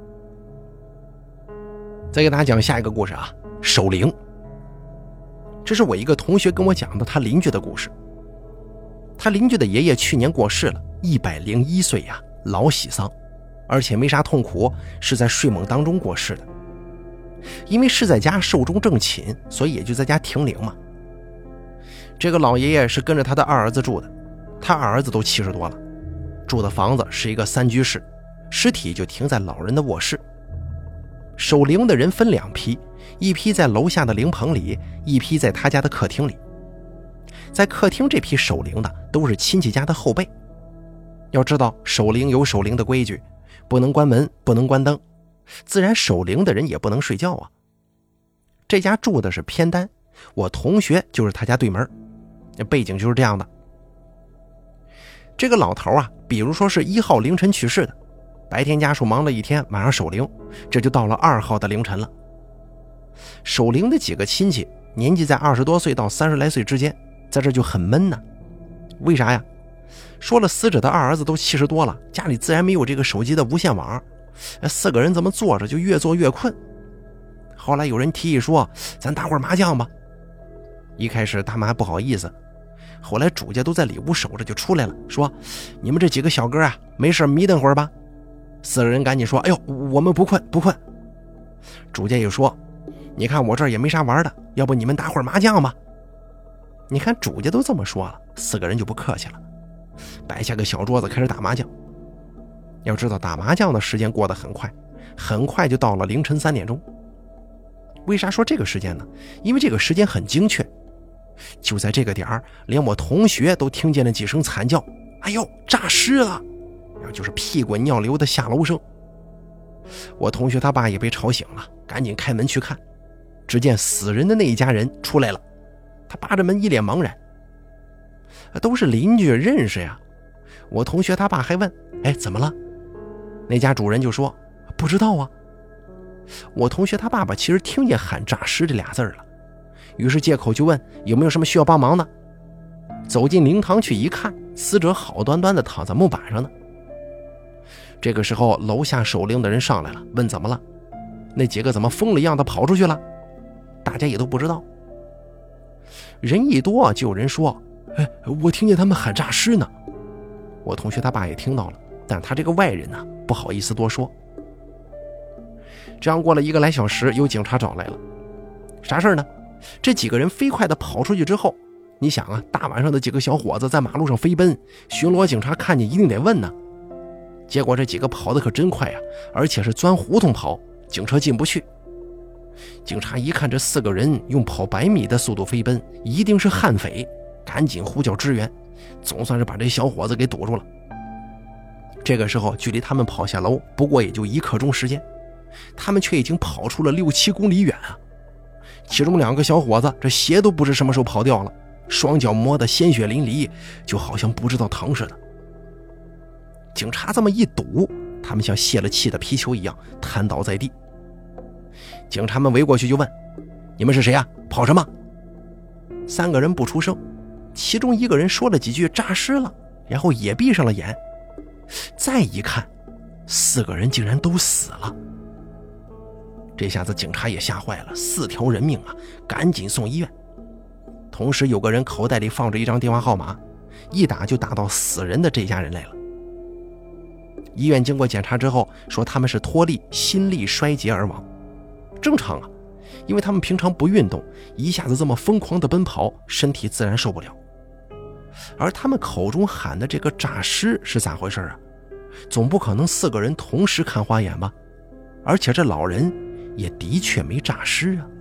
Speaker 1: 再给大家讲下一个故事啊，守灵。这是我一个同学跟我讲的他邻居的故事。他邻居的爷爷去年过世了，一百零一岁呀，老喜丧，而且没啥痛苦，是在睡梦当中过世的。因为是在家寿终正寝，所以也就在家停灵嘛。这个老爷爷是跟着他的二儿子住的，他二儿子都七十多了，住的房子是一个三居室，尸体就停在老人的卧室。守灵的人分两批，一批在楼下的灵棚里，一批在他家的客厅里。在客厅这批守灵的都是亲戚家的后辈。要知道守灵有守灵的规矩，不能关门，不能关灯，自然守灵的人也不能睡觉啊。这家住的是偏单，我同学就是他家对门，背景就是这样的。这个老头啊，比如说是一号凌晨去世的，白天家属忙了一天，晚上守灵，这就到了二号的凌晨了。守灵的几个亲戚年纪在二十多岁到三十来岁之间，在这就很闷呢。为啥呀？说了死者的二儿子都七十多了，家里自然没有这个手机的无线网，四个人这么坐着就越坐越困。后来有人提议说，咱打会儿麻将吧。一开始他们还不好意思，后来主家都在里屋守着，就出来了，说你们这几个小哥啊，没事迷瞪会儿吧。四个人赶紧说，哎呦，我们不困不困。主家又说，你看我这儿也没啥玩的，要不你们打会儿麻将吧。你看主家都这么说了，四个人就不客气了，摆下个小桌子开始打麻将。要知道打麻将的时间过得很快，很快就到了凌晨三点钟。为啥说这个时间呢？因为这个时间很精确，就在这个点儿，连我同学都听见了几声惨叫，哎呦，诈尸了，然后就是屁滚尿流的下楼声。我同学他爸也被吵醒了，赶紧开门去看，只见死人的那一家人出来了，他扒着门一脸茫然，都是邻居认识呀。我同学他爸还问，哎，怎么了？那家主人就说，不知道啊。我同学他爸爸其实听见喊诈尸这俩字了，于是借口就问有没有什么需要帮忙的。走进灵堂去一看，死者好端端的躺在木板上呢。这个时候楼下守灵的人上来了，问怎么了，那几个怎么疯了一样的跑出去了，大家也都不知道。人一多就有人说，哎，我听见他们喊诈尸呢。我同学他爸也听到了，但他这个外人呢，不好意思多说。这样过了一个来小时，有警察找来了。啥事呢？这几个人飞快地跑出去之后，你想啊，大晚上的几个小伙子在马路上飞奔，巡逻警察看见一定得问呢。结果这几个跑得可真快啊，而且是钻胡同跑，警车进不去。警察一看这四个人用跑百米的速度飞奔，一定是悍匪，赶紧呼叫支援，总算是把这小伙子给堵住了。这个时候距离他们跑下楼不过也就一刻钟时间，他们却已经跑出了六七公里远啊！其中两个小伙子这鞋都不知什么时候跑掉了，双脚磨得鲜血淋漓，就好像不知道疼似的。警察这么一堵，他们像泄了气的皮球一样瘫倒在地。警察们围过去就问，你们是谁啊？跑什么？三个人不出声，其中一个人说了几句诈尸了，然后也闭上了眼。再一看，四个人竟然都死了。这下子警察也吓坏了，四条人命啊，赶紧送医院。同时有个人口袋里放着一张电话号码，一打就打到死人的这家人来了。医院经过检查之后说他们是脱力心力衰竭而亡，正常啊，因为他们平常不运动，一下子这么疯狂的奔跑，身体自然受不了。而他们口中喊的这个诈尸是咋回事啊？总不可能四个人同时看花眼吧？而且这老人也的确没诈尸啊。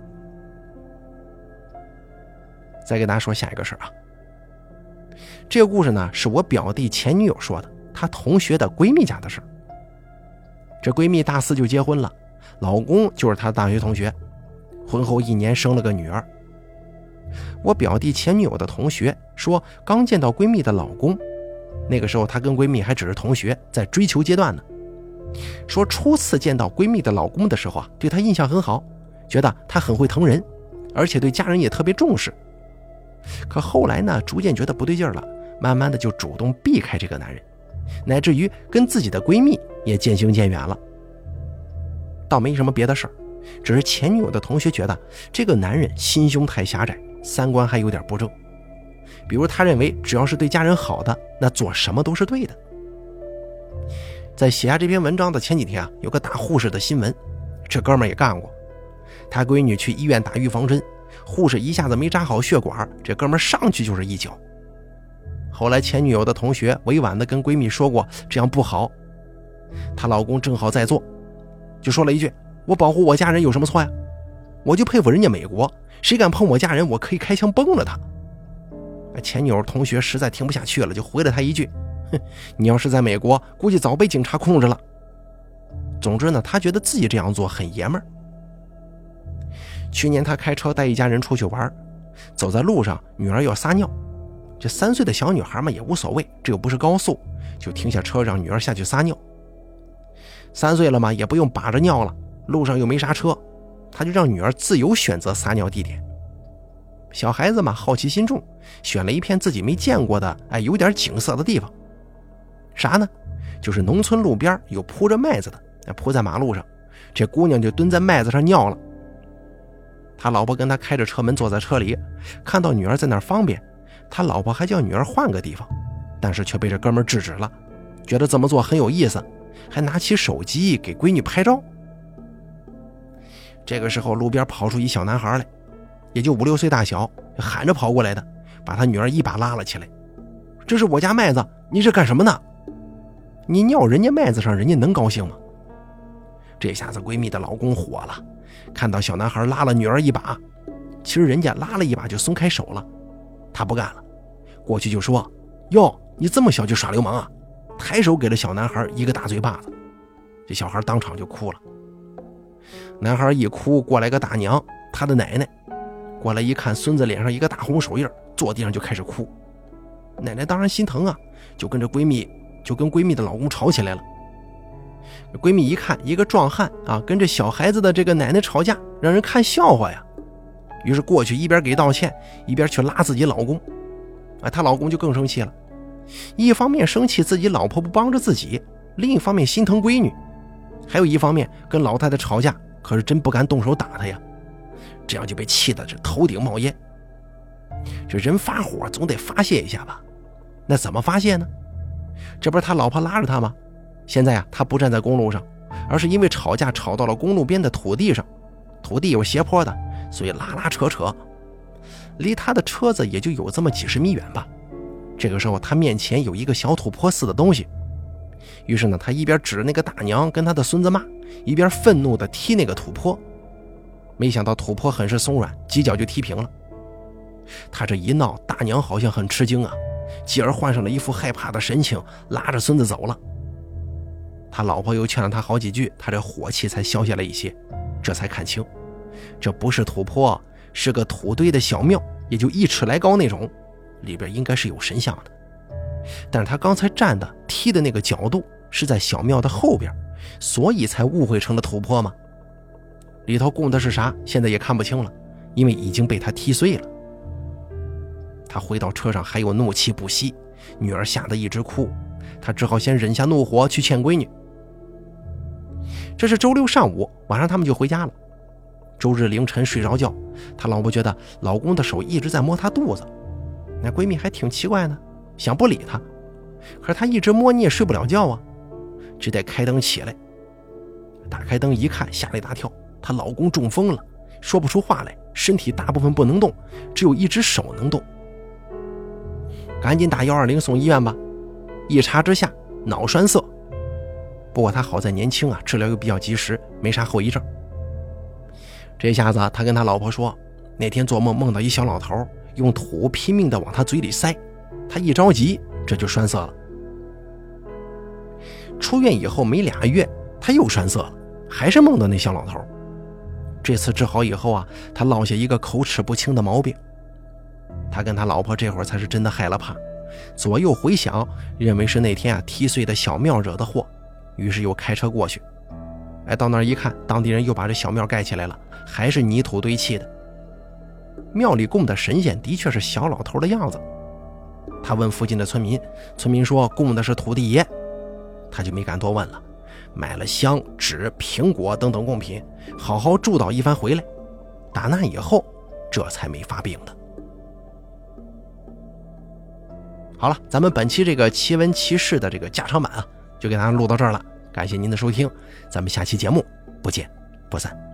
Speaker 1: 再给大家说下一个事啊，这个故事呢是我表弟前女友说的，她同学的闺蜜家的事。这闺蜜大四就结婚了，老公就是她的大学同学，婚后一年生了个女儿。我表弟前女友的同学说，刚见到闺蜜的老公，那个时候她跟闺蜜还只是同学，在追求阶段呢。说初次见到闺蜜的老公的时候啊，对她印象很好，觉得她很会疼人，而且对家人也特别重视。可后来呢，逐渐觉得不对劲了，慢慢的就主动避开这个男人， 乃至于跟自己的闺蜜也渐行渐远了。倒没什么别的事儿，只是前女友的同学觉得这个男人心胸太狭窄，三观还有点不正。比如他认为只要是对家人好的，那做什么都是对的。在写下这篇文章的前几天啊，有个打护士的新闻，这哥们儿也干过。他闺女去医院打预防针，护士一下子没扎好血管，这哥们儿上去就是一脚。后来前女友的同学委婉地跟闺蜜说过这样不好，她老公正好在座，就说了一句：我保护我家人有什么错呀？我就佩服人家美国，谁敢碰我家人我可以开枪崩了他。前女友同学实在听不下去了，就回了他一句：哼，你要是在美国估计早被警察控制了。总之呢，他觉得自己这样做很爷们儿。去年他开车带一家人出去玩，走在路上女儿要撒尿，这三岁的小女孩嘛也无所谓，这又不是高速，就停下车让女儿下去撒尿。三岁了嘛，也不用把着尿了，路上又没啥车，他就让女儿自由选择撒尿地点。小孩子嘛，好奇心重，选了一片自己没见过的哎有点景色的地方。啥呢？就是农村路边有铺着麦子的，铺在马路上，这姑娘就蹲在麦子上尿了。他老婆跟他开着车门坐在车里，看到女儿在那儿方便，他老婆还叫女儿换个地方，但是却被这哥们制止了，觉得这么做很有意思，还拿起手机给闺女拍照。这个时候路边跑出一小男孩来，也就五六岁大小，喊着跑过来的，把他女儿一把拉了起来。这是我家麦子，你这干什么呢？你尿人家麦子上，人家能高兴吗？这下子闺蜜的老公火了，看到小男孩拉了女儿一把，其实人家拉了一把就松开手了，他不干了，过去就说：哟，你这么小就耍流氓啊！抬手给了小男孩一个大嘴巴子，这小孩当场就哭了。男孩一哭，过来个大娘，他的奶奶过来一看，孙子脸上一个大红手印，坐地上就开始哭。奶奶当然心疼啊，就跟着闺蜜就跟闺蜜的老公吵起来了。闺蜜一看一个壮汉啊跟着小孩子的这个奶奶吵架，让人看笑话呀，于是过去一边给道歉，一边去拉自己老公。啊，她老公就更生气了，一方面生气自己老婆不帮着自己，另一方面心疼闺女，还有一方面跟老太太吵架，可是真不敢动手打她呀，这样就被气得这头顶冒烟。这人发火总得发泄一下吧，那怎么发泄呢？这不是他老婆拉着他吗？现在啊，他不站在公路上，而是因为吵架吵到了公路边的土地上，土地有斜坡的，所以拉拉扯扯，离他的车子也就有这么几十米远吧。这个时候他面前有一个小土坡似的东西，于是呢，他一边指着那个大娘跟他的孙子骂，一边愤怒地踢那个土坡。没想到土坡很是松软，几脚就踢平了。他这一闹，大娘好像很吃惊啊，继而换上了一副害怕的神情，拉着孙子走了。他老婆又劝了他好几句，他这火气才消下来一些，这才看清这不是土坡，是个土堆的小庙，也就一尺来高那种，里边应该是有神像的。但是他刚才站的踢的那个角度是在小庙的后边，所以才误会成了土坡嘛。里头供的是啥现在也看不清了，因为已经被他踢碎了。他回到车上还有怒气不息，女儿吓得一直哭，他只好先忍下怒火去劝闺女。这是周六上午，晚上他们就回家了。周日凌晨睡着觉，他老婆觉得老公的手一直在摸她肚子，那闺蜜还挺奇怪呢，想不理他，可是她一直摸你也睡不了觉啊，只得开灯起来。打开灯一看，吓了一大跳，她老公中风了，说不出话来，身体大部分不能动，只有一只手能动。赶紧打一二零送医院吧，一查之下脑栓塞，不过他好在年轻啊，治疗又比较及时，没啥后遗症。这下子他跟他老婆说，那天做梦梦到一小老头用土拼命地往他嘴里塞，他一着急这就栓塞了。出院以后没俩月他又栓塞了，还是梦到那小老头。这次治好以后啊，他落下一个口齿不清的毛病。他跟他老婆这会儿才是真的害了怕，左右回想，认为是那天啊踢碎的小庙惹的祸，于是又开车过去。哎，到那儿一看，当地人又把这小庙盖起来了，还是泥土堆砌的。庙里供的神仙的确是小老头的样子。他问附近的村民，村民说供的是土地爷， 他就没敢多问了，买了香、纸、苹果等等贡品，好好祝祷一番回来。打那以后，这才没发病的。好了，咱们本期这个奇闻奇事的这个加长版啊，就给大家录到这儿了。感谢您的收听，咱们下期节目不见不散。